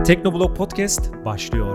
Teknoblog Podcast başlıyor.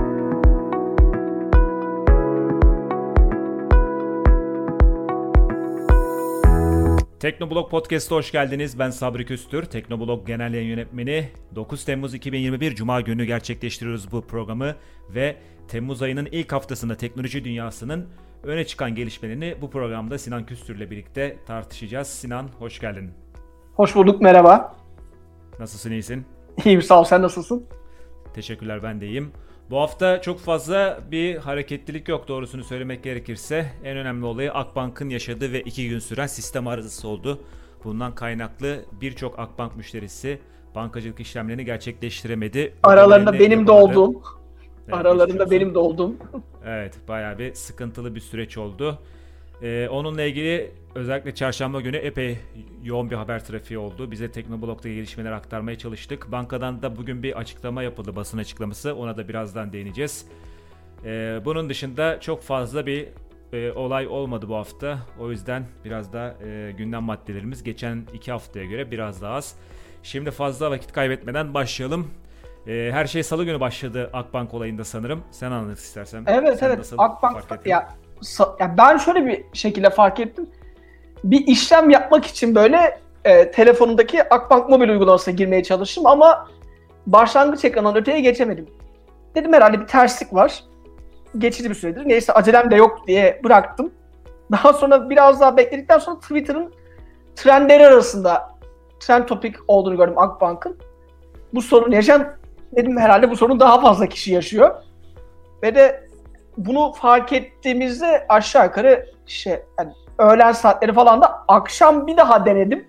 Teknoblog Podcast'a hoş geldiniz. Ben Sabri Küstür, Teknoblog Genel Yayın Yönetmeni. 9 Temmuz 2021 Cuma günü gerçekleştiriyoruz bu programı ve Temmuz ayının ilk haftasında teknoloji dünyasının öne çıkan gelişmelerini bu programda Sinan Küstür'le birlikte tartışacağız. Sinan, hoş geldin. Hoş bulduk, merhaba. Nasılsın, iyisin? İyiyim, sağ ol. Sen nasılsın? Teşekkürler, ben de iyiyim. Bu hafta çok fazla bir hareketlilik yok, doğrusunu söylemek gerekirse. En önemli olayı Akbank'ın yaşadığı ve 2 gün süren sistem arızası oldu. Bundan kaynaklı birçok Akbank müşterisi bankacılık işlemlerini gerçekleştiremedi. Aralarında benim de olduğum. Evet, Aralarında benim de olduğum. Evet, bayağı bir sıkıntılı bir süreç oldu. Onunla ilgili özellikle çarşamba günü epey yoğun bir haber trafiği oldu. Bize Teknoblog'da gelişmeleri aktarmaya çalıştık. Bankadan da bugün bir açıklama yapıldı, basın açıklaması. Ona da birazdan değineceğiz. Bunun dışında çok fazla bir olay olmadı bu hafta. O yüzden biraz da gündem maddelerimiz geçen 2 haftaya göre biraz daha az. Şimdi fazla vakit kaybetmeden başlayalım. Her şey Salı günü başladı Akbank olayında sanırım. Sen anlat istersen. Evet, Sen evet. nasıl Akbank fark ettin? ya ben şöyle bir şekilde fark ettim. Bir işlem yapmak için böyle telefonumdaki Akbank mobil uygulamasına girmeye çalıştım ama başlangıç ekranından öteye geçemedim. Dedim herhalde bir terslik var. Geçici bir süredir. Neyse acelem de yok diye bıraktım. Daha sonra biraz daha bekledikten sonra Twitter'ın trendleri arasında trend topic olduğunu gördüm Akbank'ın. Bu sorun yaşayan, dedim herhalde bu sorunu daha fazla kişi yaşıyor. Ve de bunu fark ettiğimizde aşağı yukarı yani öğlen saatleri falan da akşam bir daha denedim.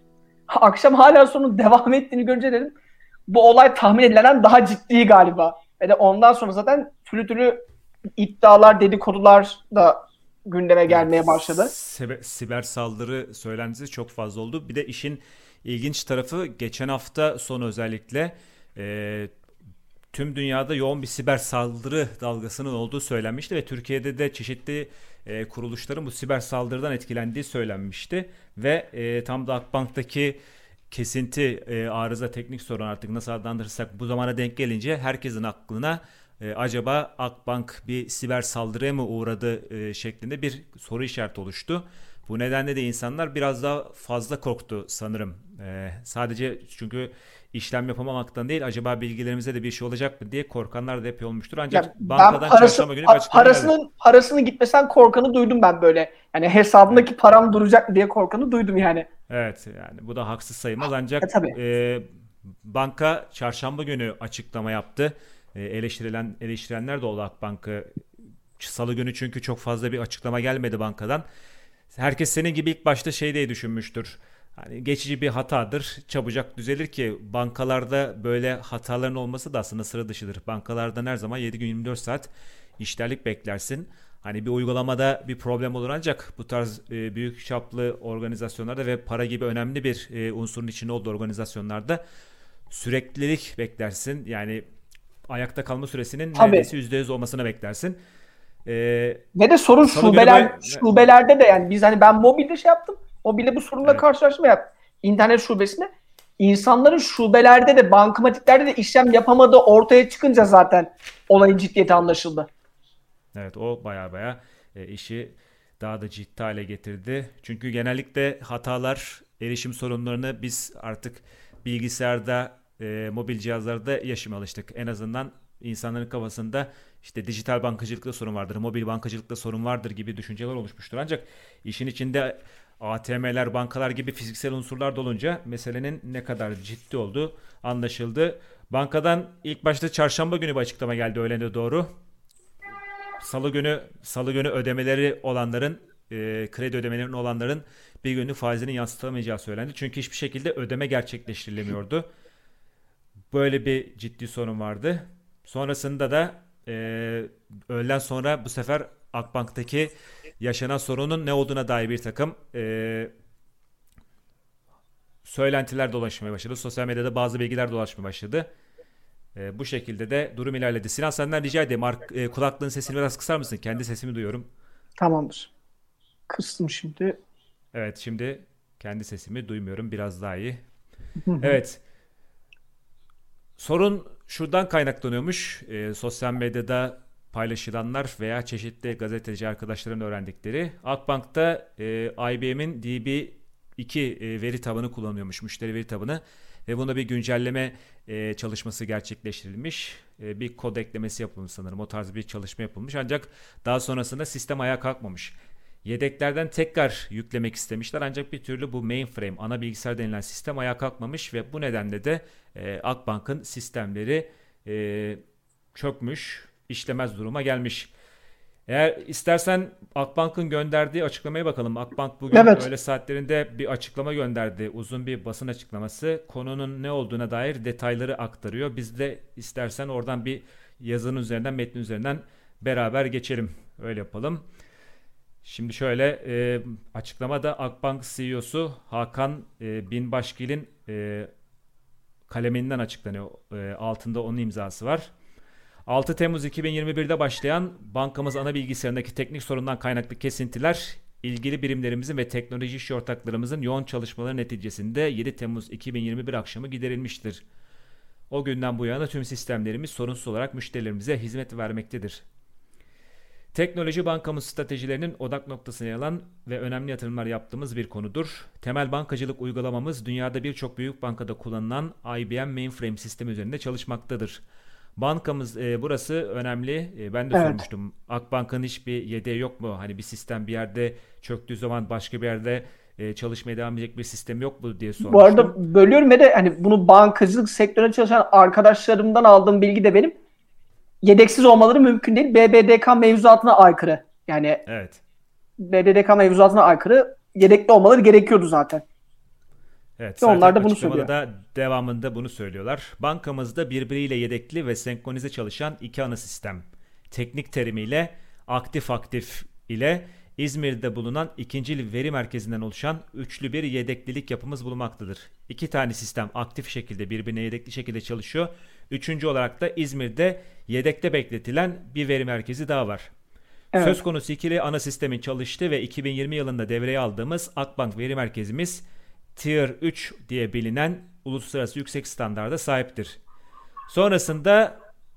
Akşam hala sorunun devam ettiğini görünce dedim bu olay tahmin edilenden daha ciddi galiba. Ve de ondan sonra zaten türlü iddialar, dedikodular da gündeme gelmeye başladı. Siber saldırı söylentisi çok fazla oldu. Bir de işin ilginç tarafı geçen hafta sonu özellikle tüm dünyada yoğun bir siber saldırı dalgasının olduğu söylenmişti ve Türkiye'de de çeşitli kuruluşların bu siber saldırıdan etkilendiği söylenmişti ve tam da Akbank'taki kesinti, arıza, teknik sorun artık nasıl adlandırırsak bu zamana denk gelince herkesin aklına acaba Akbank bir siber saldırıya mı uğradı şeklinde bir soru işareti oluştu. Bu nedenle de insanlar biraz daha fazla korktu sanırım. Sadece çünkü işlem yapamamaktan değil, acaba bilgilerimize de bir şey olacak mı diye korkanlar da epey olmuştur. Ancak Ya bankadan çarşamba günü bir açıklama geldi. Parasının gitmesinden korkanı duydum ben böyle. Yani hesabındaki param duracak diye korkanı duydum yani. Evet, yani bu da haksız sayılmaz ancak Tabii. banka çarşamba günü açıklama yaptı. Eleştirenler de oldu Akbank'ı. Salı günü çünkü çok fazla bir açıklama gelmedi bankadan. Herkes senin gibi ilk başta şey diye düşünmüştür. Hani geçici bir hatadır, çabucak düzelir ki bankalarda böyle hataların olması da aslında sıra dışıdır. Bankalardan her zaman 7 gün 24 saat işlerlik beklersin. Hani bir uygulamada bir problem olur ancak bu tarz büyük çaplı organizasyonlarda ve para gibi önemli bir unsurun içinde olduğu organizasyonlarda süreklilik beklersin. Yani ayakta kalma süresinin Tabii. neredeyse %100 olmasını beklersin. Ve de sorun Salı günü şubelerde de yani biz hani ben mobilde şey yaptım. Mobilde bu sorunla Evet. karşılaşma yaptım. İnternet şubesinde. İnsanların şubelerde de bankamatiklerde de işlem yapamadığı ortaya çıkınca zaten olayın ciddiyeti anlaşıldı. Evet, o baya işi daha da ciddi hale getirdi. Çünkü genellikle hatalar, erişim sorunlarını biz artık bilgisayarda, mobil cihazlarda yaşamaya alıştık. En azından insanların kafasında işte dijital bankacılıkta sorun vardır, mobil bankacılıkta sorun vardır gibi düşünceler oluşmuştur. Ancak işin içinde ATM'ler, bankalar gibi fiziksel unsurlar da olunca meselenin ne kadar ciddi olduğu anlaşıldı. Bankadan ilk başta çarşamba günü bir açıklama geldi öğlene doğru. Salı günü ödemeleri olanların, kredi ödemelerinin olanların bir günlük faizinin yansıtılamayacağı söylendi. Çünkü hiçbir şekilde ödeme gerçekleştirilemiyordu. Böyle bir ciddi sorun vardı. Sonrasında da öğleden sonra bu sefer Akbank'taki yaşanan sorunun ne olduğuna dair bir takım söylentiler dolaşmaya başladı. Sosyal medyada bazı bilgiler dolaşmaya başladı. Bu şekilde de durum ilerledi. Sinan, senden rica edeyim. Kulaklığın sesini biraz kısar mısın? Kendi sesimi duyuyorum. Tamamdır. Kıstım şimdi. Evet, şimdi kendi sesimi duymuyorum. Biraz daha iyi. Evet. Sorun şuradan kaynaklanıyormuş. Sosyal medyada paylaşılanlar veya çeşitli gazeteci arkadaşların öğrendikleri. Akbank'ta IBM'in DB2 veri tabanı kullanıyormuş, müşteri veri tabanı. Ve bunda bir güncelleme çalışması gerçekleştirilmiş. Bir kod eklemesi yapılmış sanırım. O tarz bir çalışma yapılmış. Ancak daha sonrasında sistem ayağa kalkmamış. Yedeklerden tekrar yüklemek istemişler. Ancak bir türlü bu mainframe, ana bilgisayar denilen sistem ayağa kalkmamış. Ve bu nedenle de Akbank'ın sistemleri çökmüş, işlemez duruma gelmiş. Eğer istersen Akbank'ın gönderdiği açıklamaya bakalım. Akbank bugün Evet. öğle saatlerinde bir açıklama gönderdi. Uzun bir basın açıklaması. Konunun ne olduğuna dair detayları aktarıyor. Biz de istersen oradan bir yazının üzerinden, metnin üzerinden beraber geçelim. Öyle yapalım. Şimdi şöyle açıklamada Akbank CEO'su Hakan Binbaşgil'in kaleminden açıklanıyor. Altında onun imzası var. 6 Temmuz 2021'de başlayan bankamız ana bilgisayarındaki teknik sorundan kaynaklı kesintiler ilgili birimlerimizin ve teknoloji iş ortaklarımızın yoğun çalışmaları neticesinde 7 Temmuz 2021 akşamı giderilmiştir. O günden bu yana tüm sistemlerimiz sorunsuz olarak müşterilerimize hizmet vermektedir. Teknoloji bankamız stratejilerinin odak noktasına yer alan ve önemli yatırımlar yaptığımız bir konudur. Temel bankacılık uygulamamız dünyada birçok büyük bankada kullanılan IBM Mainframe sistemi üzerinde çalışmaktadır. Bankamız burası önemli. Ben de Evet. sormuştum. Akbank'ın hiçbir yedeği yok mu? Hani bir sistem bir yerde çöktüğü zaman başka bir yerde çalışmaya devam edecek bir sistem yok mu diye Bu sormuştum. arada bölüyorum ve de hani bunu bankacılık sektöründe çalışan arkadaşlarımdan aldığım bilgi de benim. Yedeksiz olmaları mümkün değil. BBDK mevzuatına aykırı. Yani Evet. BBDK mevzuatına aykırı. Yedekli olmaları gerekiyordu zaten. Evet, Ve zaten onlar da bunu açıklamada söylüyor. da devamında bunu söylüyorlar. Bankamızda birbiriyle yedekli ve senkronize çalışan iki ana sistem. Teknik terimiyle aktif ile İzmir'de bulunan ikinci veri merkezinden oluşan üçlü bir yedeklilik yapımız bulunmaktadır. İki tane sistem aktif şekilde birbirine yedekli şekilde çalışıyor. Üçüncü olarak da İzmir'de yedekte bekletilen bir veri merkezi daha var. Söz Evet. konusu ikili ana sistemin çalıştığı ve 2020 yılında devreye aldığımız Akbank veri merkezimiz Tier 3 diye bilinen uluslararası yüksek standarda sahiptir. Sonrasında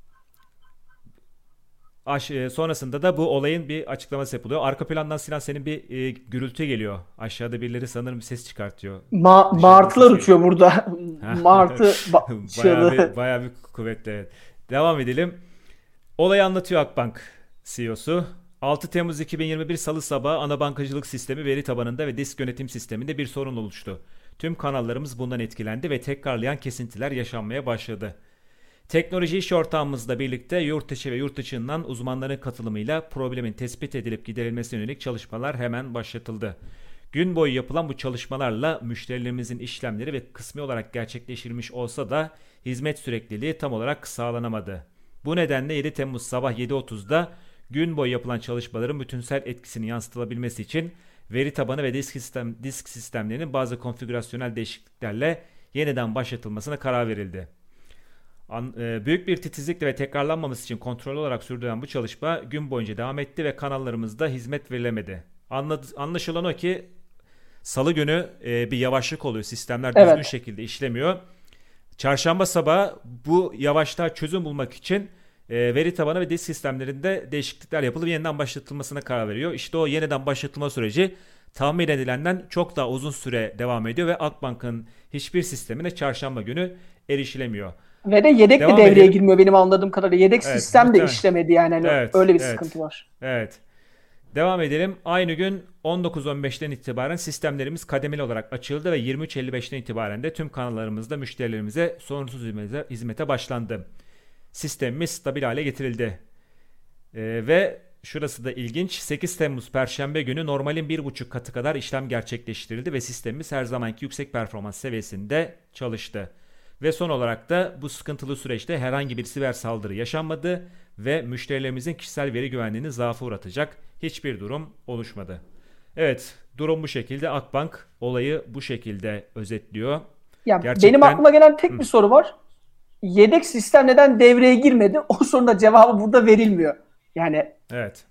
sonrasında da bu olayın bir açıklaması yapılıyor. Arka plandan Sinan senin bir gürültü geliyor. Aşağıda birileri sanırım bir ses çıkartıyor. Dışarıdan Martılar ses geliyor. uçuyor burada. Ha. Martı Bayağı bir çığlığı. bayağı bir kuvvetli. Evet. Devam edelim. Olayı anlatıyor Akbank CEO'su. 6 Temmuz 2021 Salı sabahı ana bankacılık sistemi veri tabanında ve disk yönetim sisteminde bir sorun oluştu. Tüm kanallarımız bundan etkilendi ve tekrarlayan kesintiler yaşanmaya başladı. Teknoloji iş ortağımızla birlikte yurt içi ve yurt dışından uzmanların katılımıyla problemin tespit edilip giderilmesine yönelik çalışmalar hemen başlatıldı. Gün boyu yapılan bu çalışmalarla müşterilerimizin işlemleri ve kısmi olarak gerçekleştirilmiş olsa da hizmet sürekliliği tam olarak sağlanamadı. Bu nedenle 7 Temmuz sabah 7.30'da gün boyu yapılan çalışmaların bütünsel etkisini yansıtılabilmesi için veri tabanı ve disk sistemlerinin bazı konfigürasyonel değişikliklerle yeniden başlatılmasına karar verildi. Büyük bir titizlikle ve tekrarlanmaması için kontrollü olarak sürdürülen bu çalışma gün boyunca devam etti ve kanallarımızda hizmet verilemedi. Anlaşılan o ki Salı günü bir yavaşlık oluyor. Sistemler düzgün Evet. şekilde işlemiyor. Çarşamba sabahı bu yavaşlığa çözüm bulmak için veri tabanı ve disk sistemlerinde değişiklikler yapılıp yeniden başlatılmasına karar veriyor. İşte o yeniden başlatılma süreci tahmin edilenden çok daha uzun süre devam ediyor ve Akbank'ın hiçbir sistemine çarşamba günü erişilemiyor. Ve de yedek de Devam devreye edelim. girmiyor benim anladığım kadarıyla. Yedek Evet, sistem de muhtemelen. işlemedi yani. Hani Evet, öyle bir evet, sıkıntı var. evet. Devam edelim. Aynı gün 19.15'ten itibaren sistemlerimiz kademeli olarak açıldı ve 23.55'ten itibaren de tüm kanallarımızda müşterilerimize sorunsuz hizmete başlandı. Sistemimiz stabil hale getirildi. Ve şurası da ilginç. 8 Temmuz Perşembe günü normalin 1,5 katı kadar işlem gerçekleştirildi ve sistemimiz her zamanki yüksek performans seviyesinde çalıştı. Ve son olarak da bu sıkıntılı süreçte herhangi bir siber saldırı yaşanmadı ve müşterilerimizin kişisel veri güvenliğini zaafa uğratacak hiçbir durum oluşmadı. Evet, durum bu şekilde. Akbank olayı bu şekilde özetliyor. Ya benim Gerçekten aklıma gelen tek bir soru var. Yedek sistem neden devreye girmedi? O sorunun da cevabı burada verilmiyor. Yani evet.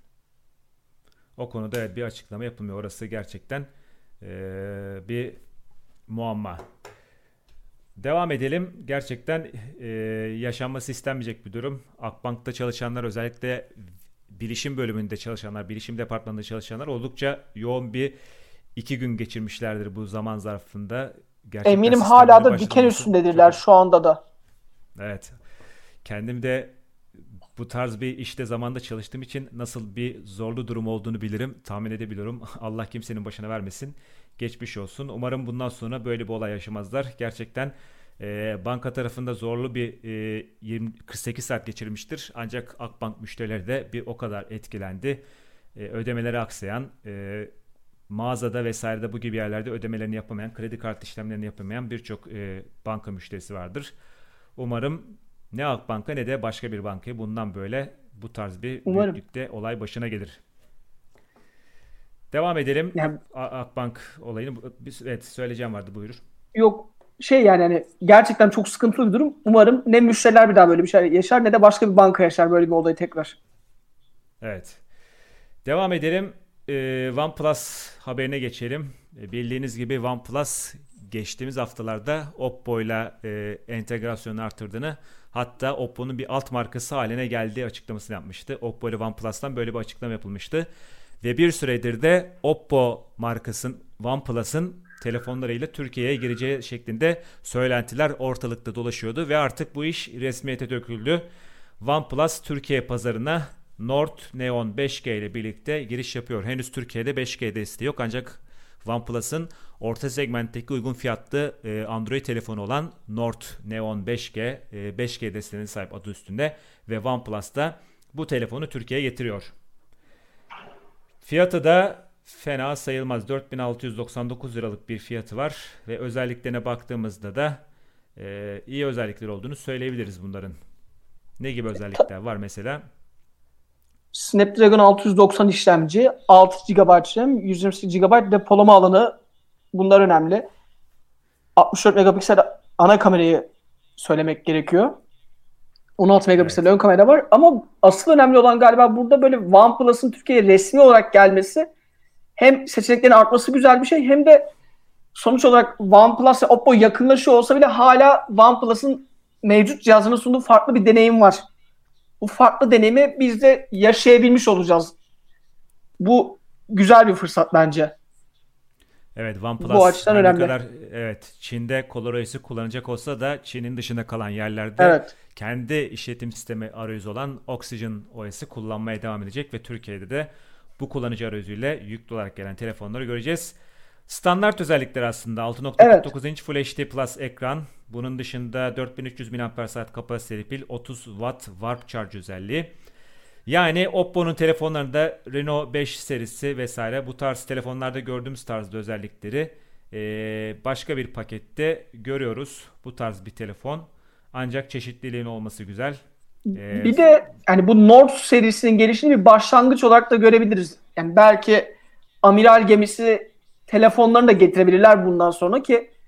O konuda evet bir açıklama yapılmıyor. Orası gerçekten bir muamma. Devam edelim. Gerçekten yaşanması istenmeyecek bir durum. Akbank'ta çalışanlar, özellikle bilişim bölümünde çalışanlar, bilişim departmanında çalışanlar oldukça yoğun bir 2 gün geçirmişlerdir bu zaman zarfında. Gerçekten Eminim hala sistemlerin da başında diken olması çok üstündedirler zor. şu anda da. Evet. Kendim de bu tarz bir işte zamanda çalıştığım için nasıl bir zorlu durum olduğunu bilirim, tahmin edebiliyorum. Allah kimsenin başına vermesin. Geçmiş olsun. Umarım bundan sonra böyle bir olay yaşamazlar. Gerçekten banka tarafında zorlu bir 48 saat geçirmiştir. Ancak Akbank müşterileri de bir o kadar etkilendi. Ödemeleri aksayan, mağazada vesairede bu gibi yerlerde ödemelerini yapamayan, kredi kartı işlemlerini yapamayan birçok banka müşterisi vardır. Umarım ne Akbank'a ne de başka bir bankaya bundan böyle bu tarz bir Umarım. büyüklükte olay başına gelir. Devam edelim. Yani Akbank olayını. Evet, söyleyeceğim vardı, buyur. yok şey yani hani gerçekten çok sıkıntılı bir durum. Umarım ne müşteriler bir daha böyle bir şey yaşar ne de başka bir banka yaşar böyle bir olayı tekrar. Evet. Devam edelim. OnePlus haberine geçelim. Bildiğiniz gibi OnePlus geçtiğimiz haftalarda Oppo ile entegrasyonu artırdığını, hatta Oppo'nun bir alt markası haline geldiği açıklamasını yapmıştı. Oppo ile OnePlus'tan böyle bir açıklama yapılmıştı. Ve bir süredir de Oppo markasının OnePlus'ın telefonlarıyla Türkiye'ye gireceği şeklinde söylentiler ortalıkta dolaşıyordu ve artık bu iş resmiyete döküldü. OnePlus Türkiye pazarına Nord Neon 5G ile birlikte giriş yapıyor. Henüz Türkiye'de 5G desteği yok, ancak OnePlus'ın orta segmentteki uygun fiyatlı Android telefonu olan Nord Neon 5G, 5G desteğine sahip adı üstünde ve OnePlus da bu telefonu Türkiye'ye getiriyor. Fiyatı da fena sayılmaz. 4.699 liralık bir fiyatı var ve özelliklerine baktığımızda da iyi özellikler olduğunu söyleyebiliriz bunların. Ne gibi özellikler var mesela? Snapdragon 690 işlemci, 6 GB RAM, 128 GB depolama alanı, bunlar önemli. 64 megapiksel ana kamerayı söylemek gerekiyor. 16 megapiksel Evet. ön kamera var ama asıl önemli olan galiba burada böyle OnePlus'ın Türkiye'ye resmi olarak gelmesi, hem seçeneklerin artması güzel bir şey hem de sonuç olarak OnePlus ve Oppo yakınlaşıyor olsa bile hala OnePlus'ın mevcut cihazına sunduğu farklı bir deneyim var. Bu farklı deneyimi biz de yaşayabilmiş olacağız. Bu güzel bir fırsat bence. Evet, Bu OnePlus açıdan her ne önemli. kadar evet Çin'de ColorOS'u kullanacak olsa da Çin'in dışında kalan yerlerde Evet. kendi işletim sistemi arayüzü olan Oxygen OS'u kullanmaya devam edecek ve Türkiye'de de bu kullanıcı arayüzüyle yüklü olarak gelen telefonları göreceğiz. Standart özellikler aslında Evet. 6.49 inç Full HD Plus ekran. Bunun dışında 4300 mAh kapasiteli pil, 30 Watt Warp Charge özelliği. Yani Oppo'nun telefonlarında Reno 5 serisi vesaire bu tarz telefonlarda gördüğümüz tarzda özellikleri başka bir pakette görüyoruz. Bu tarz bir telefon. Ancak çeşitliliğin olması güzel. Eee, Bir de yani bu Nord serisinin gelişini bir başlangıç olarak da görebiliriz. Yani belki amiral gemisi telefonlarını da getirebilirler bundan sonra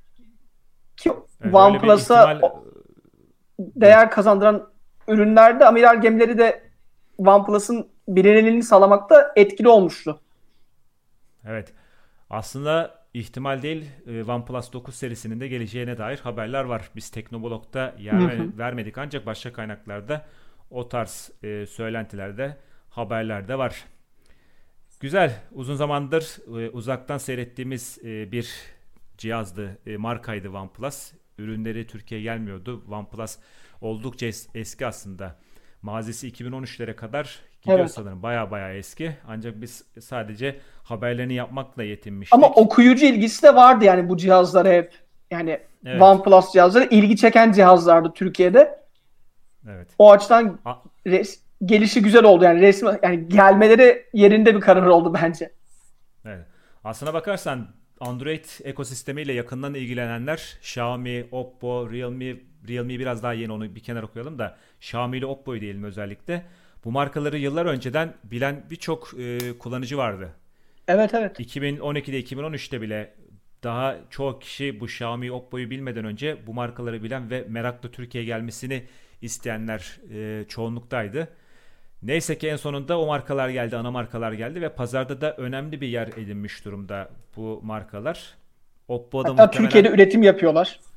ki evet, öyle bir OnePlus'a ihtimal. Buyur. değer kazandıran ürünlerde amiral gemileri de OnePlus'ın bilinirliğini sağlamakta etkili olmuştu. Evet. Aslında ihtimal değil, OnePlus 9 serisinin de geleceğine dair haberler var. Biz Teknoblog'da Hı yer hı. vermedik, ancak başka kaynaklarda o tarz söylentilerde, haberlerde var. Güzel. Uzun zamandır uzaktan seyrettiğimiz bir cihazdı, markaydı OnePlus. Ürünleri Türkiye'ye gelmiyordu. OnePlus oldukça eski aslında. Mazisi 2013'lere kadar gidiyor Evet. sanırım. Baya baya eski. Ancak biz sadece haberlerini yapmakla Ama yetinmiştik. okuyucu ilgisi de vardı yani bu cihazlara hep. Yani Evet. OnePlus cihazları ilgi çeken cihazlardı Türkiye'de. Evet. O açıdan A- gelişi güzel oldu yani resmi yani gelmeleri yerinde bir karar oldu bence. evet. Aslına bakarsan Android ekosistemiyle yakından ilgilenenler Xiaomi, Oppo, Realme biraz daha yeni, onu bir kenara koyalım da Xiaomi ile Oppo'yu diyelim özellikle. Bu markaları yıllar önceden bilen birçok kullanıcı vardı. Evet, evet. 2012'de 2013'te bile daha çoğu kişi bu Xiaomi, Oppo'yu bilmeden önce bu markaları bilen ve meraklı Türkiye'ye gelmesini isteyenler çoğunluktaydı. Neyse ki en sonunda o markalar geldi, ana markalar geldi ve pazarda da önemli bir yer edinmiş durumda bu markalar. Oppo da Hatta Türkiye'de muhtemelen üretim yapıyorlar.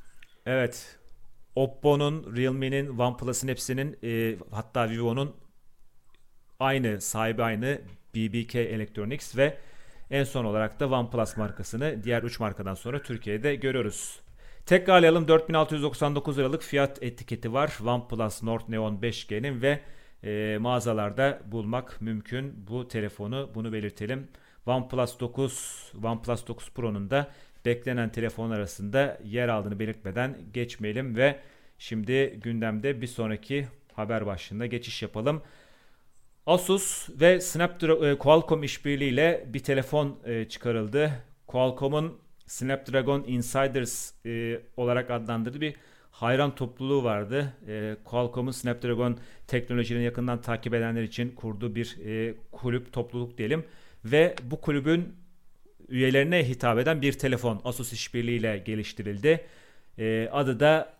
Evet. Oppo'nun, Realme'nin, OnePlus'ın hepsinin hatta Vivo'nun sahibi aynı BBK Electronics ve en son olarak da OnePlus markasını diğer 3 markadan sonra Türkiye'de görüyoruz. Tekrarlayalım, 4699 liralık fiyat etiketi var. OnePlus Nord Neon 5G'nin ve mağazalarda bulmak mümkün bu telefonu, bunu belirtelim. OnePlus 9 Pro'nun da beklenen telefon arasında yer aldığını belirtmeden geçmeyelim ve şimdi gündemde bir sonraki haber başlığına geçiş yapalım. Asus ve Qualcomm işbirliğiyle bir telefon çıkarıldı. Qualcomm'un Snapdragon Insiders olarak adlandırdığı bir hayran topluluğu vardı. Qualcomm'un Snapdragon teknolojilerini yakından takip edenler için kurduğu bir kulüp, topluluk diyelim. Ve bu kulübün üyelerine hitap eden bir telefon Asus işbirliğiyle geliştirildi. Adı da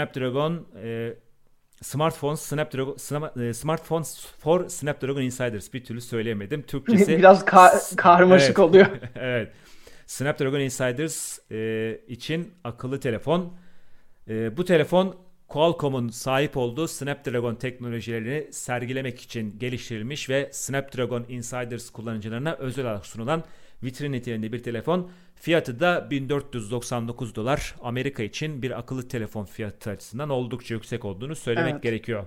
Smartphones for Snapdragon Insiders. Bir türlü söyleyemedim. Türkçesi Biraz karmaşık evet. oluyor. Evet. Snapdragon Insiders için akıllı telefon. Bu telefon Qualcomm'un sahip olduğu Snapdragon teknolojilerini sergilemek için geliştirilmiş ve Snapdragon Insiders kullanıcılarına özel olarak sunulan vitrin niteliğinde bir telefon. Fiyatı da $1499. Amerika için bir akıllı telefon fiyatı açısından oldukça yüksek olduğunu söylemek gerekiyor.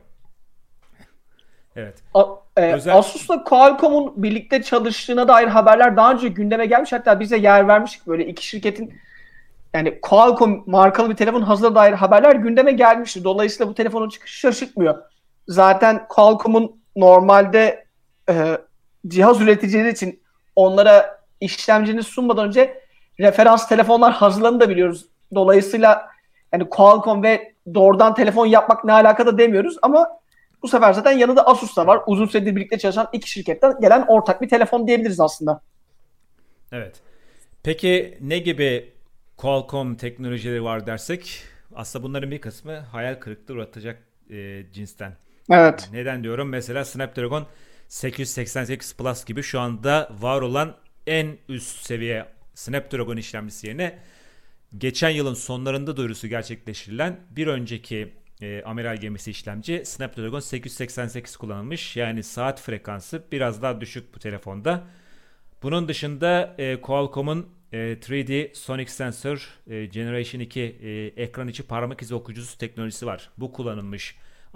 Evet. Asus'la Qualcomm'un birlikte çalıştığına dair haberler daha önce gündeme gelmiş. Hatta bize yer vermiştik, böyle iki şirketin, yani Qualcomm markalı bir telefon hazırda dair haberler gündeme gelmişti. Dolayısıyla bu telefonun çıkışı şaşırtmıyor. Zaten Qualcomm'un normalde cihaz üreticileri için onlara işlemcini sunmadan önce referans telefonlar hazırlandığını da biliyoruz. Dolayısıyla yani Qualcomm ve doğrudan telefon yapmak ne alaka demiyoruz ama bu sefer zaten yanında Asus da var. Uzun süredir birlikte çalışan iki şirketten gelen ortak bir telefon diyebiliriz aslında. Evet. Peki ne gibi Qualcomm teknolojileri var dersek, aslında bunların bir kısmı hayal kırıklığı uğratacak cinsten. Evet. Neden diyorum? Mesela Snapdragon 888 Plus gibi şu anda var olan en üst seviye Snapdragon işlemcisi yerine geçen yılın sonlarında duyurusu gerçekleştirilen bir önceki amiral gemisi işlemci Snapdragon 888 kullanılmış. Yani saat frekansı biraz daha düşük bu telefonda. Bunun dışında Qualcomm'un 3D Sonic Sensor Generation 2 ekran içi parmak izi okuyucusu teknolojisi var. Bu kullanılmış.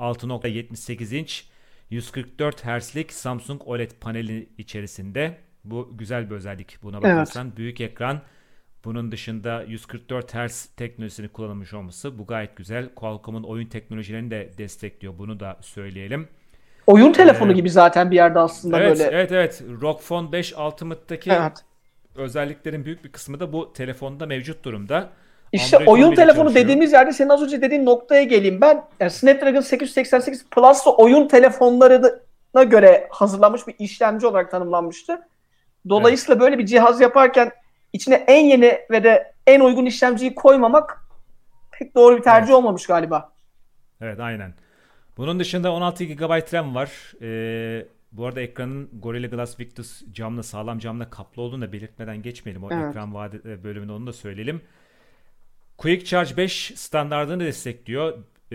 6.78 inç 144 Hz'lik Samsung OLED paneli içerisinde. Bu güzel bir özellik. Buna bakarsan büyük ekran. Bunun dışında 144 Hz teknolojisini kullanılmış olması bu gayet güzel. Qualcomm'un oyun teknolojilerini de destekliyor. Bunu da söyleyelim. Oyun telefonu gibi zaten bir yerde aslında evet, böyle. Evet. ROG Phone 5 Ultimate'daki özelliklerin büyük bir kısmı da bu telefonda mevcut durumda. İşte Android oyun telefonu dediğimiz yerde senin az önce dediğin noktaya geleyim ben. Yani Snapdragon 888 Plus'la oyun telefonlarına göre hazırlanmış bir işlemci olarak tanımlanmıştı. Dolayısıyla böyle bir cihaz yaparken içine en yeni ve de en uygun işlemciyi koymamak pek doğru bir tercih olmamış galiba. Evet, aynen. Bunun dışında 16 GB RAM var. Bu arada ekranın Gorilla Glass Victus sağlam camla kaplı olduğunu da belirtmeden geçmeyelim. O ekran bölümünde onu da söyleyelim. Quick Charge 5 standardını destekliyor.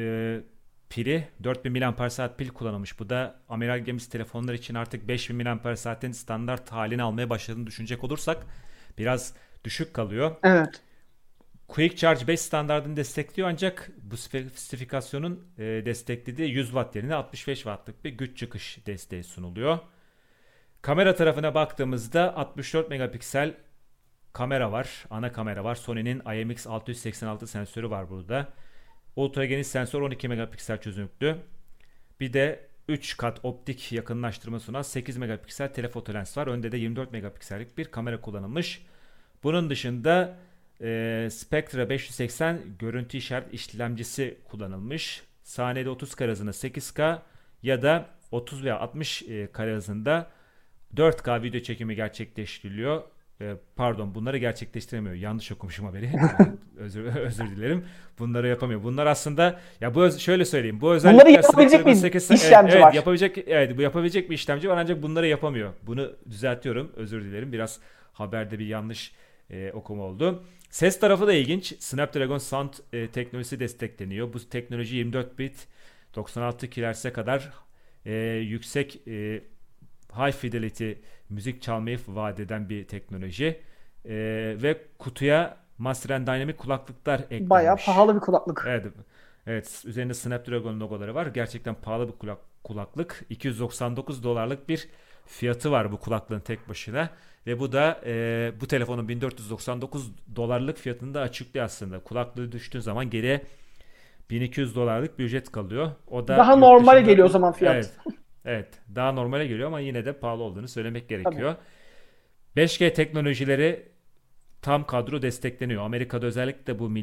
Pili 4000 mAh pil kullanılmış. Bu da amiral gemisi telefonlar için artık 5000 mAh'in standart halini almaya başladığını düşünecek olursak biraz düşük kalıyor. Evet. Quick Charge 5 standardını destekliyor ancak bu spesifikasyonun desteklediği 100 Watt yerine 65 Watt'lık bir güç çıkış desteği sunuluyor. Kamera tarafına baktığımızda 64 megapiksel kamera var. Ana kamera var. Sony'nin IMX686 sensörü var burada. Ultra geniş sensör 12 megapiksel çözünürlüklü. Bir de 3 kat optik yakınlaştırma sunan 8 megapiksel telefoto lens var. Önde de 24 megapiksellik bir kamera kullanılmış. Bunun dışında Spectra 580 görüntü işaret işlemcisi kullanılmış. Saniyede 30 kare hızında 8K ya da 30 veya 60 kare hızında 4K video çekimi gerçekleştiriliyor. Pardon, bunları gerçekleştiremiyor. Yanlış okumuşum haberi. özür dilerim. Bunları yapamıyor. Bunlar aslında ya şöyle söyleyeyim. Bu özellikler bunları yapabilecek bir işlemci var. Bu yapabilecek bir işlemci var ancak bunları yapamıyor. Bunu düzeltiyorum. Özür dilerim. Biraz haberde bir yanlış okuma oldu. Ses tarafı da ilginç. Snapdragon Sound teknolojisi destekleniyor. Bu teknoloji 24 bit 96 kHz'e kadar yüksek high fidelity müzik çalmayı vaat eden bir teknoloji. Ve kutuya Master and Dynamic kulaklıklar eklenmiş. Bayağı pahalı bir kulaklık. Evet. Evet, üzerinde Snapdragon logoları var. Gerçekten pahalı bir kulaklık. $299 bir fiyatı var bu kulaklığın tek başına. Ve bu da bu telefonun $1499 fiyatını da açıklıyor aslında. Kulaklığı düştüğün zaman geriye $1200 bir ücret kalıyor. O da daha normale geliyor o zaman fiyat. Evet, evet, daha normale geliyor ama yine de pahalı olduğunu söylemek gerekiyor. Tabii. 5G teknolojileri tam kadro destekleniyor. Amerika'da özellikle bu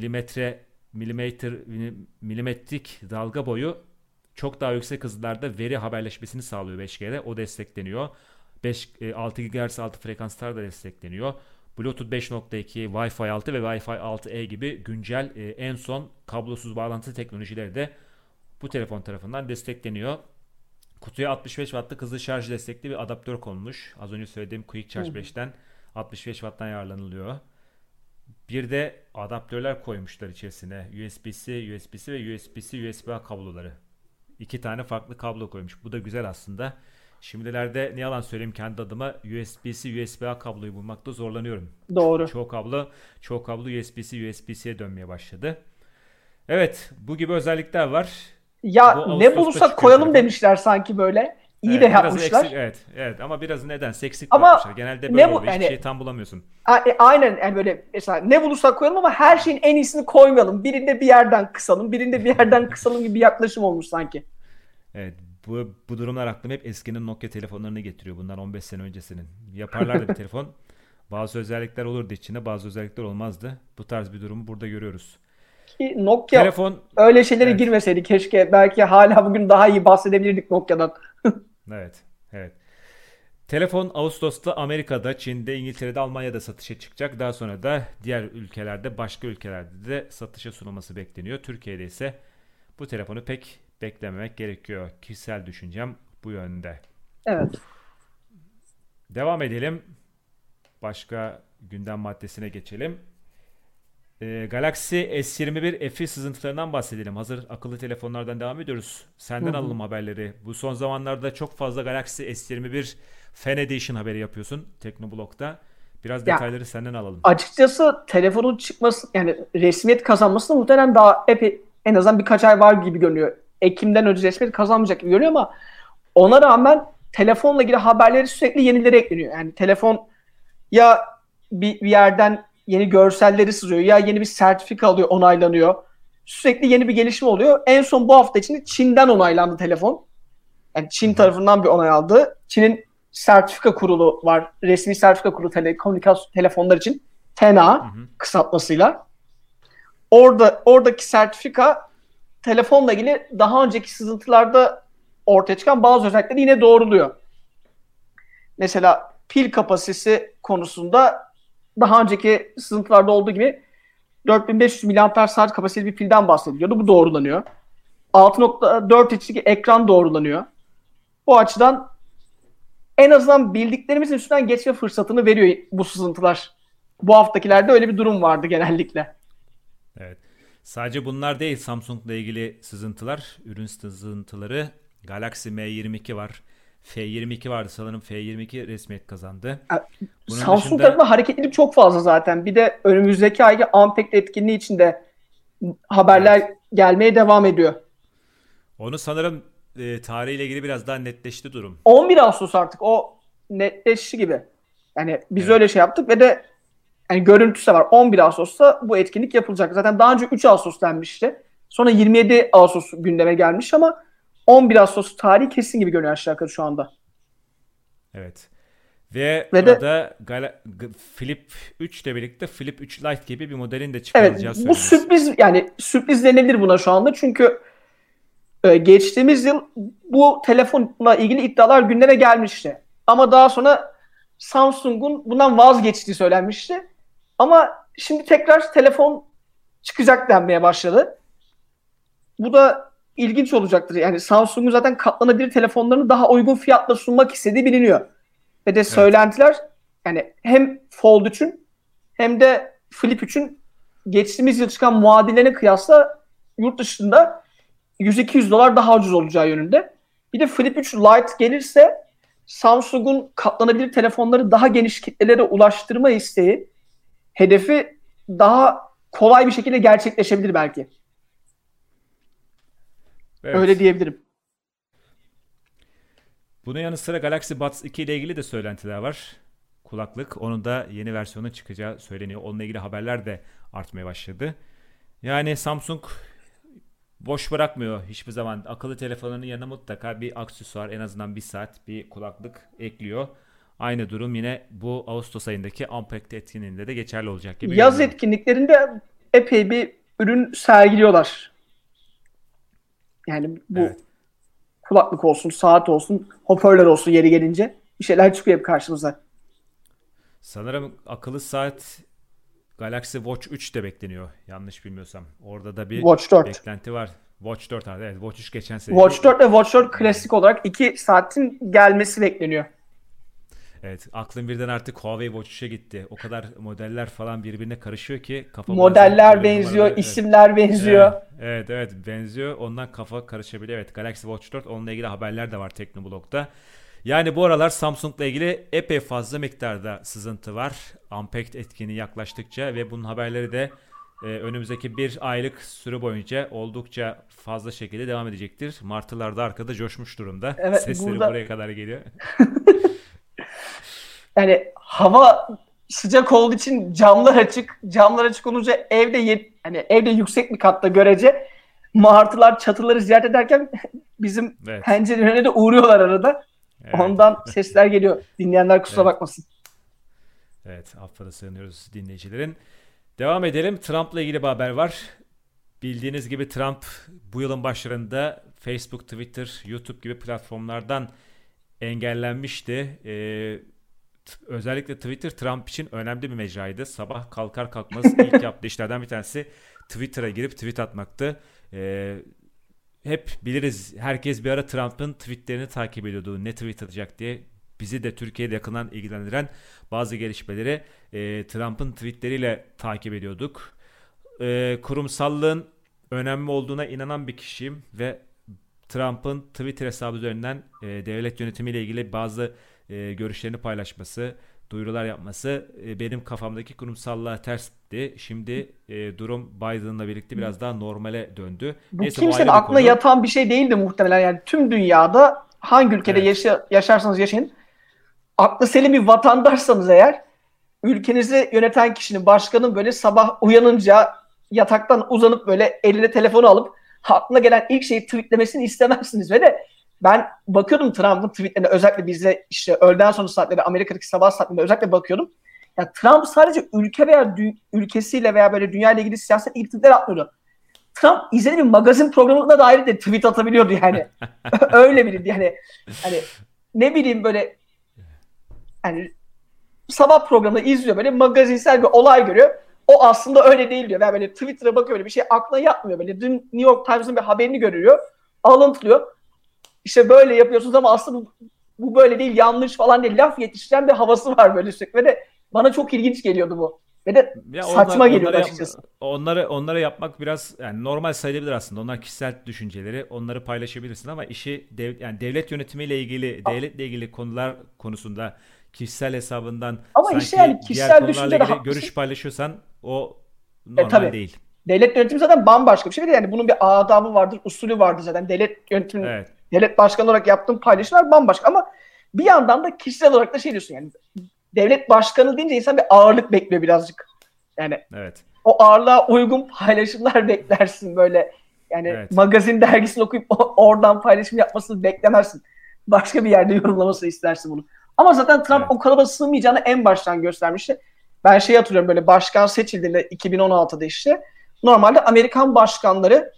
milimetrik dalga boyu çok daha yüksek hızlarda veri haberleşmesini sağlıyor 5G'de. O destekleniyor. 6 GHz altı frekanslar da destekleniyor. Bluetooth 5.2, Wi-Fi 6 ve Wi-Fi 6E gibi güncel en son kablosuz bağlantı teknolojileri de bu telefon tarafından destekleniyor. Kutuya 65 Watt'lık hızlı şarj destekli bir adaptör konmuş. Az önce söylediğim Quick Charge 5'ten 65 Watt'tan yararlanılıyor. Bir de adaptörler koymuşlar içerisine. USB-C ve USB-C USB-A kabloları. 2 tane farklı kablo koymuş. Bu da güzel aslında. Şimdilerde ne yalan söyleyeyim kendi adıma USB-C USB-A kabloyu bulmakta zorlanıyorum. Doğru. Çoğu kablo USB-C USB-C'ye dönmeye başladı. Evet, bu gibi özellikler var. Ya ne bulursak koyalım demişler sanki böyle. İyi de yapmışlar. Evet ama biraz neden eksik ama yapmışlar. Genelde böyle oluyor. Hiçbir şeyi tam bulamıyorsun. Aynen yani böyle mesela ne bulursak koyalım ama her şeyin en iyisini koymayalım. Birinde bir yerden kısalım, birinde bir yerden kısalım gibi bir yaklaşım olmuş sanki. Evet, bu durumlar aklıma hep eskinin Nokia telefonlarını getiriyor. Bundan 15 sene öncesinin. Yaparlardı bir telefon. Bazı özellikler olurdu içinde, bazı özellikler olmazdı. Bu tarz bir durumu burada görüyoruz. Ki Nokia öyle şeylere girmeseydi keşke. Belki hala bugün daha iyi bahsedebilirdik Nokia'dan. Evet. Telefon Ağustos'ta Amerika'da, Çin'de, İngiltere'de, Almanya'da satışa çıkacak. Daha sonra da diğer ülkelerde, başka ülkelerde de satışa sunulması bekleniyor. Türkiye'de ise bu telefonu pek beklememek gerekiyor. Kişisel düşüncem bu yönde. Evet. Devam edelim. Başka gündem maddesine geçelim. Galaxy S21 FE sızıntılarından bahsedelim. Hazır akıllı telefonlardan devam ediyoruz. Senden alalım haberleri. Bu son zamanlarda çok fazla Galaxy S21 Fan Edition haberi yapıyorsun Teknoblog'da. Biraz detayları senden alalım. Açıkçası telefonun çıkması yani resmiyet kazanması muhtemelen daha en azından birkaç ay var gibi görünüyor. Ekim'den önce resmiyet kazanmayacak gibi görünüyor ama ona rağmen telefonla ilgili haberleri sürekli yenileri ekleniyor. Yani telefon ya bir yerden yeni görselleri sızıyor ya yeni bir sertifika alıyor, onaylanıyor. Sürekli yeni bir gelişme oluyor. En son bu hafta içinde Çin'den onaylandı telefon. Yani Çin tarafından bir onay aldı. Çin'in sertifika kurulu var. Resmi sertifika kurulu telekomünikasyon telefonlar için. TENA kısaltmasıyla. Oradaki sertifika telefonla ilgili daha önceki sızıntılarda ortaya çıkan bazı özellikleri yine doğruluyor. Mesela pil kapasitesi konusunda daha önceki sızıntılarda olduğu gibi 4500 mAh kapasiteli bir pilden bahsediliyordu. Bu doğrulanıyor. 6.4 inçlik ekran doğrulanıyor. Bu açıdan en azından bildiklerimizin üstünden geçme fırsatını veriyor bu sızıntılar. Bu haftakilerde öyle bir durum vardı genellikle. Evet. Sadece bunlar değil Samsung'la ilgili sızıntılar, ürün sızıntıları. Galaxy M22 var. F22 vardı sanırım. F22 resmiyet kazandı. Samsung tarafında hareketlilik çok fazla zaten. Bir de önümüzdeki ayki Unpacked etkinliği için de haberler gelmeye devam ediyor. Onu sanırım tarihiyle ilgili biraz daha netleşti durum. 11 Ağustos artık o netleşti gibi. Yani biz öyle şey yaptık ve de yani görüntüsü de var. 11 Ağustos'ta bu etkinlik yapılacak. Zaten daha önce 3 Ağustos denmişti. Sonra 27 Ağustos gündeme gelmiş ama 11 Ağustos tarihi kesin gibi görünüyor aşağı yukarı şu anda. Evet. Ve burada Flip 3 ile birlikte Flip 3 Lite gibi bir modelin de çıkarılacağı söyleniyor. Bu sürpriz yani sürpriz denilebilir buna şu anda. Çünkü geçtiğimiz yıl bu telefonla ilgili iddialar gündeme gelmişti. Ama daha sonra Samsung'un bundan vazgeçtiği söylenmişti. Ama şimdi tekrar telefon çıkacak denmeye başladı. Bu da ilginç olacaktır. Yani Samsung'un zaten katlanabilir telefonlarını daha uygun fiyatla sunmak istediği biliniyor. Ve de söylentiler yani hem Fold 3'ün hem de Flip 3'ün geçtiğimiz yıl çıkan muadillerine kıyasla yurt dışında $100-200 daha ucuz olacağı yönünde. Bir de Flip 3 Lite gelirse Samsung'un katlanabilir telefonları daha geniş kitlelere ulaştırma isteği, hedefi daha kolay bir şekilde gerçekleşebilir belki. Evet. Öyle diyebilirim. Bunun yanı sıra Galaxy Buds 2 ile ilgili de söylentiler var. Kulaklık. Onun da yeni versiyonu çıkacağı söyleniyor. Onunla ilgili haberler de artmaya başladı. Yani Samsung boş bırakmıyor hiçbir zaman. Akıllı telefonların yanına mutlaka bir aksesuar, en azından bir saat, bir kulaklık ekliyor. Aynı durum yine bu Ağustos ayındaki Unpacked etkinliğinde de geçerli olacak gibi Yaz görünüyor. etkinliklerinde epey bir ürün sergiliyorlar. Yani bu Evet. kulaklık olsun, saat olsun, hoparlör olsun, yeri gelince bir şeyler çıkıyor hep karşımıza. Sanırım akıllı saat Galaxy Watch 3 de bekleniyor. Yanlış bilmiyorsam. Orada da bir Watch 4. beklenti var. Watch 4 vardı. Evet, Watch 3 geçen sene. Watch 4 ve Watch 4 klasik olarak 2 saatin gelmesi bekleniyor. Evet, aklım birden artık Huawei Watch 3'e gitti. O kadar modeller falan birbirine karışıyor ki kafa bazen Modeller böyle benziyor, numaraları, evet. isimler benziyor. Evet, benziyor. Ondan kafa karışabiliyor. Evet, Galaxy Watch 4, onunla ilgili haberler de var Teknoblog'da. Yani bu aralar Samsung'la ilgili epey fazla miktarda sızıntı var. Unpacked etkinliği yaklaştıkça ve bunun haberleri de önümüzdeki bir aylık süre boyunca oldukça fazla şekilde devam edecektir. Martılar da arkada coşmuş durumda. Evet, Sesleri burada buraya kadar geliyor. yani hava sıcak olduğu için camlar açık. Camlar açık olunca hani evde yüksek bir katta görece martılar çatıları ziyaret ederken bizim Evet. pencerenin önüne de uğruyorlar arada. Evet. Ondan sesler geliyor. Dinleyenler kusura Evet. bakmasın. Evet, affına sığınıyoruz dinleyicilerin. Devam edelim. Trump'la ilgili bir haber var. Bildiğiniz gibi Trump bu yılın başlarında Facebook, Twitter, YouTube gibi platformlardan engellenmişti. Özellikle Twitter Trump için önemli bir mecraydı. Sabah kalkar kalkmaz ilk yaptığı işlerden bir tanesi Twitter'a girip tweet atmaktı. Hep biliriz, herkes bir ara Trump'ın tweetlerini takip ediyordu. Ne tweet atacak diye. Bizi de Türkiye'de yakından ilgilendiren bazı gelişmeleri Trump'ın tweetleriyle takip ediyorduk. Kurumsallığın önemli olduğuna inanan bir kişiyim ve Trump'ın Twitter hesabı üzerinden devlet yönetimiyle ilgili bazı görüşlerini paylaşması, duyurular yapması benim kafamdaki kurumsallığa tersti. Şimdi durum Biden'la birlikte biraz daha normale döndü. Bu Neyse, bu kimsenin ayrı bir aklına konu. yatan bir şey değildi muhtemelen. Yani tüm dünyada hangi ülkede Evet. yaşarsanız yaşayın, aklı selim bir vatandaşsanız eğer, ülkenizi yöneten kişinin, başkanın böyle sabah uyanınca yataktan uzanıp böyle eline telefonu alıp aklına gelen ilk şeyi tweetlemesini istemezsiniz. Ve de ben bakıyordum Trump'ın tweetlerine, özellikle bizde işte öğleden sonra saatleri, Amerika'daki sabah saatlerinde özellikle bakıyordum. Ya Trump sadece ülke veya ülkesiyle veya böyle dünya ile ilgili siyaset ilgili tweetler atmıyordu. Trump izlediği bir magazin programına dair de tweet atabiliyordu yani. Öyle biriydi yani. Hani ne bileyim böyle, hani sabah programını izliyor, böyle magazinsel bir olay görüyor. O aslında öyle değil diyor. Yani böyle Twitter'a bakıyor, böyle bir şey aklına yatmıyor. Böyle dün New York Times'ın bir haberini görüyor. Alıntılıyor. İşte böyle yapıyorsunuz ama aslında bu böyle değil, yanlış falan diye laf yetiştiren bir havası var böyle sürekli. Ve de bana çok ilginç geliyordu bu. Ve de Ya saçma geliyordu açıkçası. onları yapmak biraz yani normal sayılabilir aslında. Onlar kişisel düşünceleri, onları paylaşabilirsin ama işi yani devlet yönetimiyle ilgili, devletle ilgili konular konusunda kişisel hesabından Ama sanki işte yani diğer kişisel konularla düşünce de ilgili haklısın. görüş paylaşıyorsan o normal Tabii. değil. Devlet yönetimi zaten bambaşka bir şey. Yani bunun bir adabı vardır, usulü vardır zaten. Devlet yönetimi, Evet. devlet başkanı olarak yaptığım paylaşımlar bambaşka. Ama bir yandan da kişisel olarak da şey diyorsun yani. Devlet başkanı deyince insan bir ağırlık bekliyor birazcık. Yani Evet. o ağırlığa uygun paylaşımlar beklersin böyle. Yani Evet. magazin dergisini okuyup oradan paylaşım yapmasını beklemezsin. Başka bir yerde yorumlamasını istersin bunu. Ama zaten Trump Evet. o kalıba sığmayacağını en baştan göstermişti. Ben şey hatırlıyorum, böyle başkan seçildiğinde 2016'da işte. Normalde Amerikan başkanları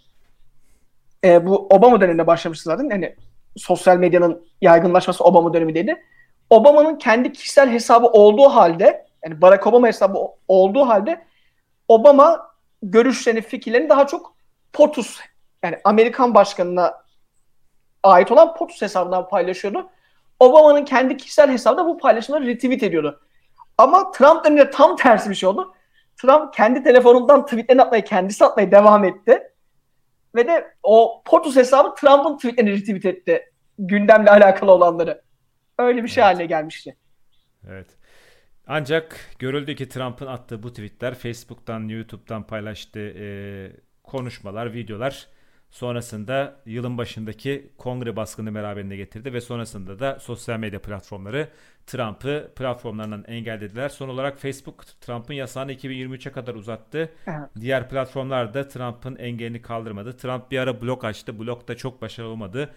bu Obama döneminde başlamıştı zaten. Yani sosyal medyanın yaygınlaşması Obama dönemindeydi. Obama'nın kendi kişisel hesabı olduğu halde, yani Barack Obama hesabı olduğu halde, Obama görüşlerini, fikirlerini daha çok POTUS, yani Amerikan başkanına ait olan POTUS hesabından paylaşıyordu. Obama'nın kendi kişisel hesabı da bu paylaşımları retweet ediyordu. Ama Trump döneminde tam tersi bir şey oldu. Trump kendi telefonundan tweetlerini atmaya, kendisi atmaya devam etti. Ve de o POTUS hesabı Trump'ın tweetlerini retweet etti. Gündemle alakalı olanları. Öyle bir şey Evet. haline gelmişti. Evet. Ancak görüldü ki Trump'ın attığı bu tweetler Facebook'tan, YouTube'dan paylaştığı konuşmalar, videolar sonrasında yılın başındaki kongre baskını beraberinde getirdi ve sonrasında da sosyal medya platformları Trump'ı platformlarından engellediler. Son olarak Facebook Trump'ın yasağını 2023'e kadar uzattı. Evet. Diğer platformlar da Trump'ın engelini kaldırmadı. Trump bir ara blog açtı. Blog da çok başarılı olmadı.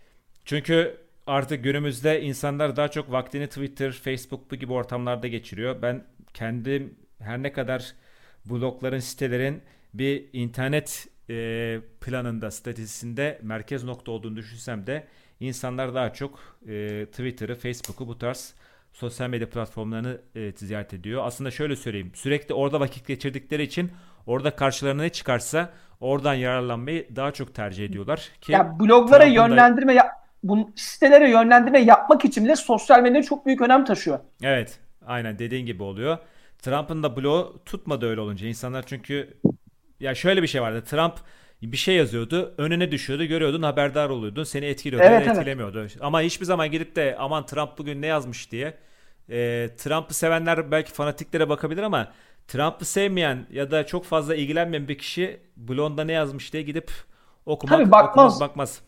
Çünkü artık günümüzde insanlar daha çok vaktini Twitter, Facebook bu gibi ortamlarda geçiriyor. Ben kendim her ne kadar blogların, sitelerin bir internet planında, statüsünde merkez nokta olduğunu düşünsem de insanlar daha çok Twitter'ı, Facebook'u bu tarz sosyal medya platformlarını ziyaret ediyor. Aslında şöyle söyleyeyim, sürekli orada vakit geçirdikleri için orada karşılarına ne çıkarsa oradan yararlanmayı daha çok tercih ediyorlar ki Ya bloglara Trump'ın da yönlendirme bu sitelere yönlendirme yapmak için bile sosyal medya çok büyük önem taşıyor. evet, aynen dediğin gibi oluyor. Trump'ın da bloğu tutmadı öyle olunca insanlar, çünkü ya şöyle bir şey vardı. Trump bir şey yazıyordu, önüne düşüyordu, görüyordun, haberdar oluyordun, seni etkiliyordu ya da Evet, evet. etkilemiyordu. Ama hiçbir zaman gidip de aman Trump bugün ne yazmış diye Trump'ı sevenler belki fanatiklere bakabilir ama Trump'ı sevmeyen ya da çok fazla ilgilenmeyen bir kişi blogunda ne yazmış diye gidip Tabii okumaz bakmaz. bakmaz.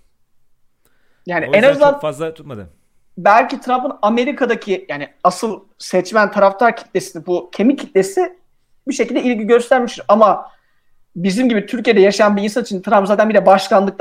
Yani O en yüzden çok azından fazla tutmadı. belki Trump'ın Amerika'daki yani asıl seçmen taraftar kitlesi, bu kemik kitlesi bir şekilde ilgi göstermiştir. Ama bizim gibi Türkiye'de yaşayan bir insan için Trump zaten bir de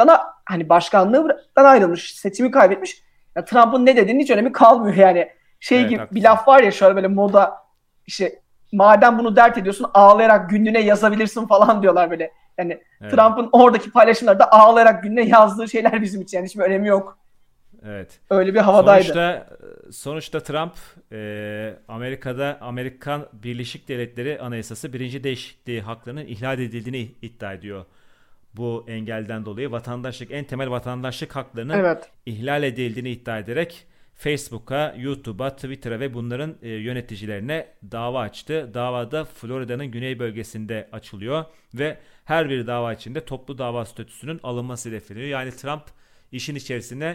başkanlıktan ayrılmış, seçimi kaybetmiş. Ya Trump'ın ne dediğinin hiç önemi kalmıyor yani. Şey Evet, gibi bir haklısın. laf var ya, şöyle böyle moda, işte madem bunu dert ediyorsun ağlayarak günlüğüne yazabilirsin falan diyorlar böyle. Yani Evet. Trump'ın oradaki paylaşımlarda ağlayarak günlüğüne yazdığı şeyler bizim için yani hiçbir önemi yok. Evet. Öyle bir havadaydı. Sonuçta Trump Amerika'da Amerikan Birleşik Devletleri Anayasası birinci değişikliği haklarının ihlal edildiğini iddia ediyor. Bu engelden dolayı vatandaşlık, en temel vatandaşlık haklarının Evet. ihlal edildiğini iddia ederek Facebook'a, YouTube'a, Twitter'a ve bunların yöneticilerine dava açtı. Davada Florida'nın güney bölgesinde açılıyor ve her bir dava içinde toplu dava statüsünün alınması hedefleniyor. Yani Trump işin içerisine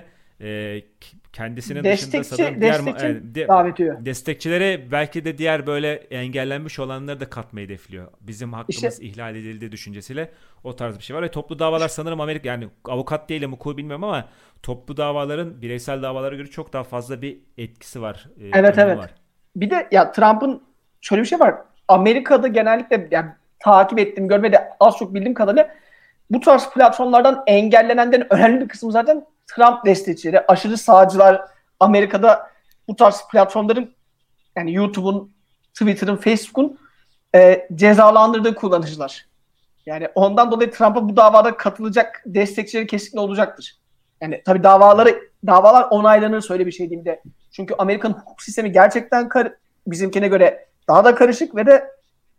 kendisinin dışında sanırım Destekçi davet ediyor. destekçileri, belki de diğer böyle engellenmiş olanları da katmayı hedefliyor. Bizim İşte hakkımız ihlal edildiği düşüncesiyle o tarz bir şey var. Ve toplu davalar sanırım Amerika, yani avukat değilim, hukuku bilmiyorum ama toplu davaların bireysel davalara göre çok daha fazla bir etkisi var, evet, önemi evet. var. Bir de ya Trump'ın şöyle bir şey var. Amerika'da genellikle yani takip ettiğim, görmedi az çok bildiğim kadarıyla bu tarz platformlardan engellenenlerin önemli bir kısmı zaten Trump destekçileri, aşırı sağcılar. Amerika'da bu tarz platformların yani YouTube'un, Twitter'ın, Facebook'un cezalandırdığı kullanıcılar. Yani ondan dolayı Trump'a bu davada katılacak destekçileri kesinlikle olacaktır. Yani tabii davalar onaylanır, öyle bir şey diyeyim de. Çünkü Amerika'nın hukuk sistemi gerçekten bizimkine göre daha da karışık ve de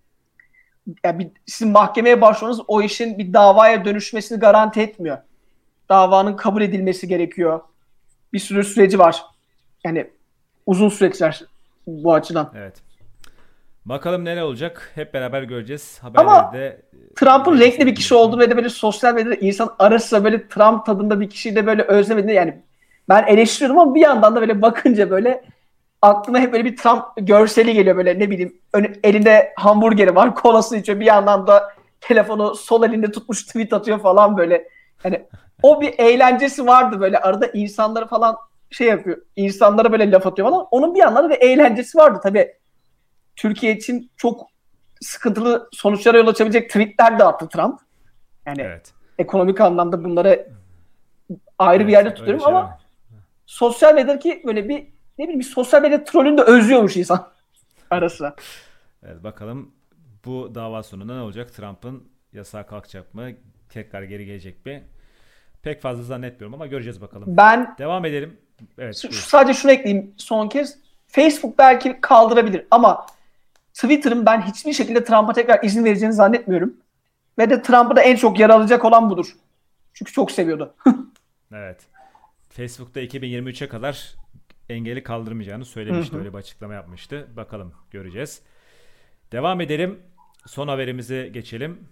yani sizin mahkemeye başvurmanız o işin bir davaya dönüşmesini garanti etmiyor. Davanın kabul edilmesi gerekiyor. Bir sürü süreci var. Yani uzun süreçler bu açıdan. Evet. Bakalım neler olacak. Hep beraber göreceğiz. Haberleri Ama de Trump'ın izleyeceğiz renkli bir takip kişi edeceğiz. olduğu ve de böyle sosyal medyada insan arası böyle Trump tadında bir kişiyi de böyle özlemediğini, yani ben eleştiriyordum ama bir yandan da böyle bakınca böyle aklıma hep böyle bir Trump görseli geliyor, böyle ne bileyim elinde hamburgeri var, kolasını içiyor, bir yandan da telefonu sol elinde tutmuş tweet atıyor falan böyle. Yani o bir eğlencesi vardı, böyle arada insanları falan şey yapıyor, insanlara böyle laf atıyor falan, onun bir yandan da bir eğlencesi vardı. Tabii Türkiye için çok sıkıntılı sonuçlara yol açabilecek tweetler de attı Trump. Yani Evet. ekonomik anlamda bunları ayrı bir Evet. yerde Öyle tutuyorum şeyler ama var. sosyal medyadaki böyle bir ne bileyim bir sosyal medya trollünü de özlüyormuş insan ara sıra. Evet, bakalım bu dava sonunda ne olacak? Trump'ın yasağı kalkacak mı? Tekrar geri gelecek mi? Pek fazla zannetmiyorum ama göreceğiz bakalım. Ben Devam edelim. Evet, buyur. sadece şunu ekleyeyim son kez. Facebook belki kaldırabilir ama Twitter'ın ben hiçbir şekilde Trump'a tekrar izin vereceğini zannetmiyorum. Ve de Trump'ı da en çok yaralayacak olan budur. Çünkü çok seviyordu. Evet. Facebook'ta 2023'e kadar engeli kaldırmayacağını söylemişti. Öyle bir açıklama yapmıştı. Bakalım, göreceğiz. Devam edelim. Son haberimize geçelim.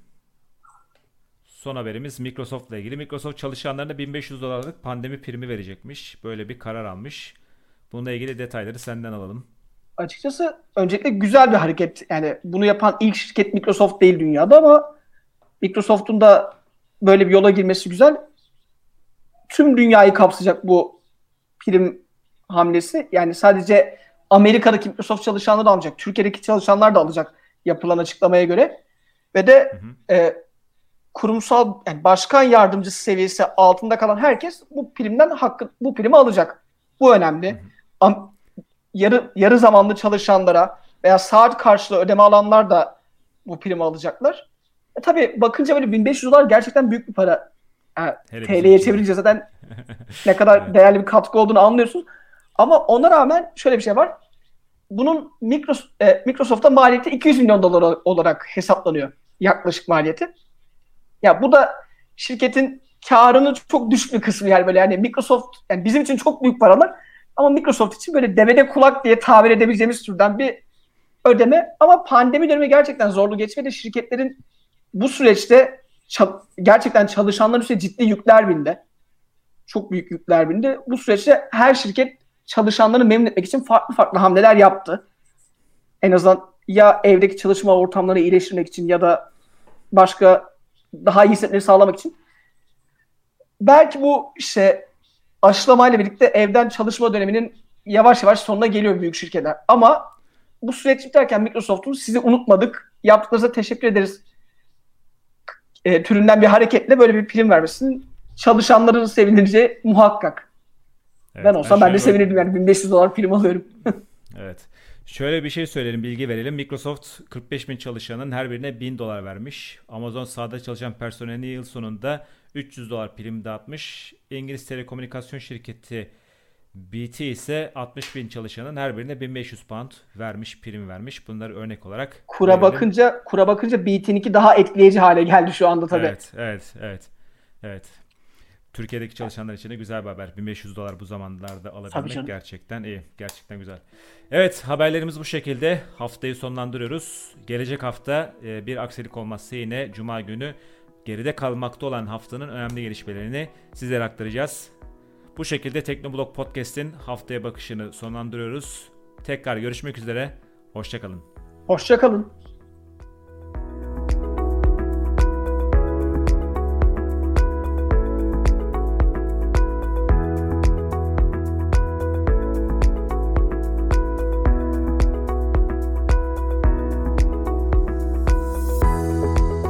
Son haberimiz Microsoft'la ilgili. Microsoft çalışanlarına $1.500 pandemi primi verecekmiş. Böyle bir karar almış. Bununla ilgili detayları senden alalım. Açıkçası öncelikle güzel bir hareket. Yani bunu yapan ilk şirket Microsoft değil dünyada ama Microsoft'un da böyle bir yola girmesi güzel. Tüm dünyayı kapsayacak bu prim hamlesi. Yani sadece Amerika'daki Microsoft çalışanları da alacak. Türkiye'deki çalışanlar da alacak yapılan açıklamaya göre. Ve de kurumsal, yani başkan yardımcısı seviyesi altında kalan herkes bu primi alacak. Bu önemli. Yarı zamanlı çalışanlara veya saat karşılığı ödeme alanlar da bu primi alacaklar. Tabii bakınca böyle $1.500 gerçekten büyük bir para. TL'ye çevirince zaten ne kadar değerli bir katkı olduğunu anlıyorsunuz. Ama ona rağmen şöyle bir şey var. Bunun Microsoft'a maliyeti $200 milyon olarak hesaplanıyor. Yaklaşık maliyeti. Ya bu da şirketin karının çok düşük bir kısmı, yani böyle, yani Microsoft, yani bizim için çok büyük paralar ama Microsoft için böyle devede kulak diye tabir edebileceğimiz türden bir ödeme. Ama pandemi dönemi gerçekten zorlu geçmedi. Şirketlerin bu süreçte gerçekten çalışanlar üstüne ciddi yükler bindi. Çok büyük yükler bindi. Bu süreçte her şirket çalışanlarını memnun etmek için farklı hamleler yaptı. En azından ya evdeki çalışma ortamlarını iyileştirmek için ya da başka daha iyi hizmetleri sağlamak için. Belki bu işte aşılamayla birlikte evden çalışma döneminin yavaş yavaş sonuna geliyor büyük şirketler. Ama bu süreç biterken Microsoft'un sizi unutmadık, yaptıklarınıza teşekkür ederiz türünden bir hareketle böyle bir prim vermesinin çalışanların sevineceği muhakkak. Evet, ben olsam ben de sevinirdim, yani $1.500 prim alıyorum. Evet. Şöyle bir şey söyleyelim, bilgi verelim. Microsoft 45.000 çalışanın her birine $1.000 vermiş. Amazon sahada çalışan personeline yıl sonunda $300 prim dağıtmış. İngiliz telekomünikasyon şirketi BT ise 60.000 çalışanın her birine £1.500 vermiş, prim vermiş. Bunları örnek olarak kura bakınca BT'ninki daha etkileyici hale geldi şu anda tabii. Evet. Türkiye'deki çalışanlar için de güzel bir haber. $1.500 bu zamanlarda alabilmek gerçekten iyi. Gerçekten güzel. Evet, haberlerimiz bu şekilde. Haftayı sonlandırıyoruz. Gelecek hafta bir aksilik olmazsa yine Cuma günü geride kalmakta olan haftanın önemli gelişmelerini sizlere aktaracağız. Bu şekilde Teknoblog Podcast'in haftaya bakışını sonlandırıyoruz. Tekrar görüşmek üzere. Hoşça kalın. Hoşça kalın.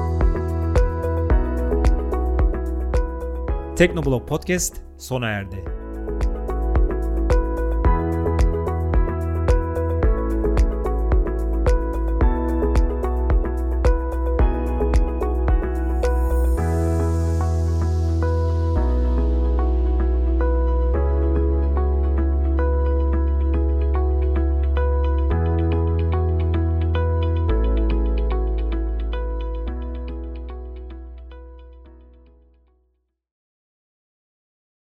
Teknoblog Podcast sona erdi.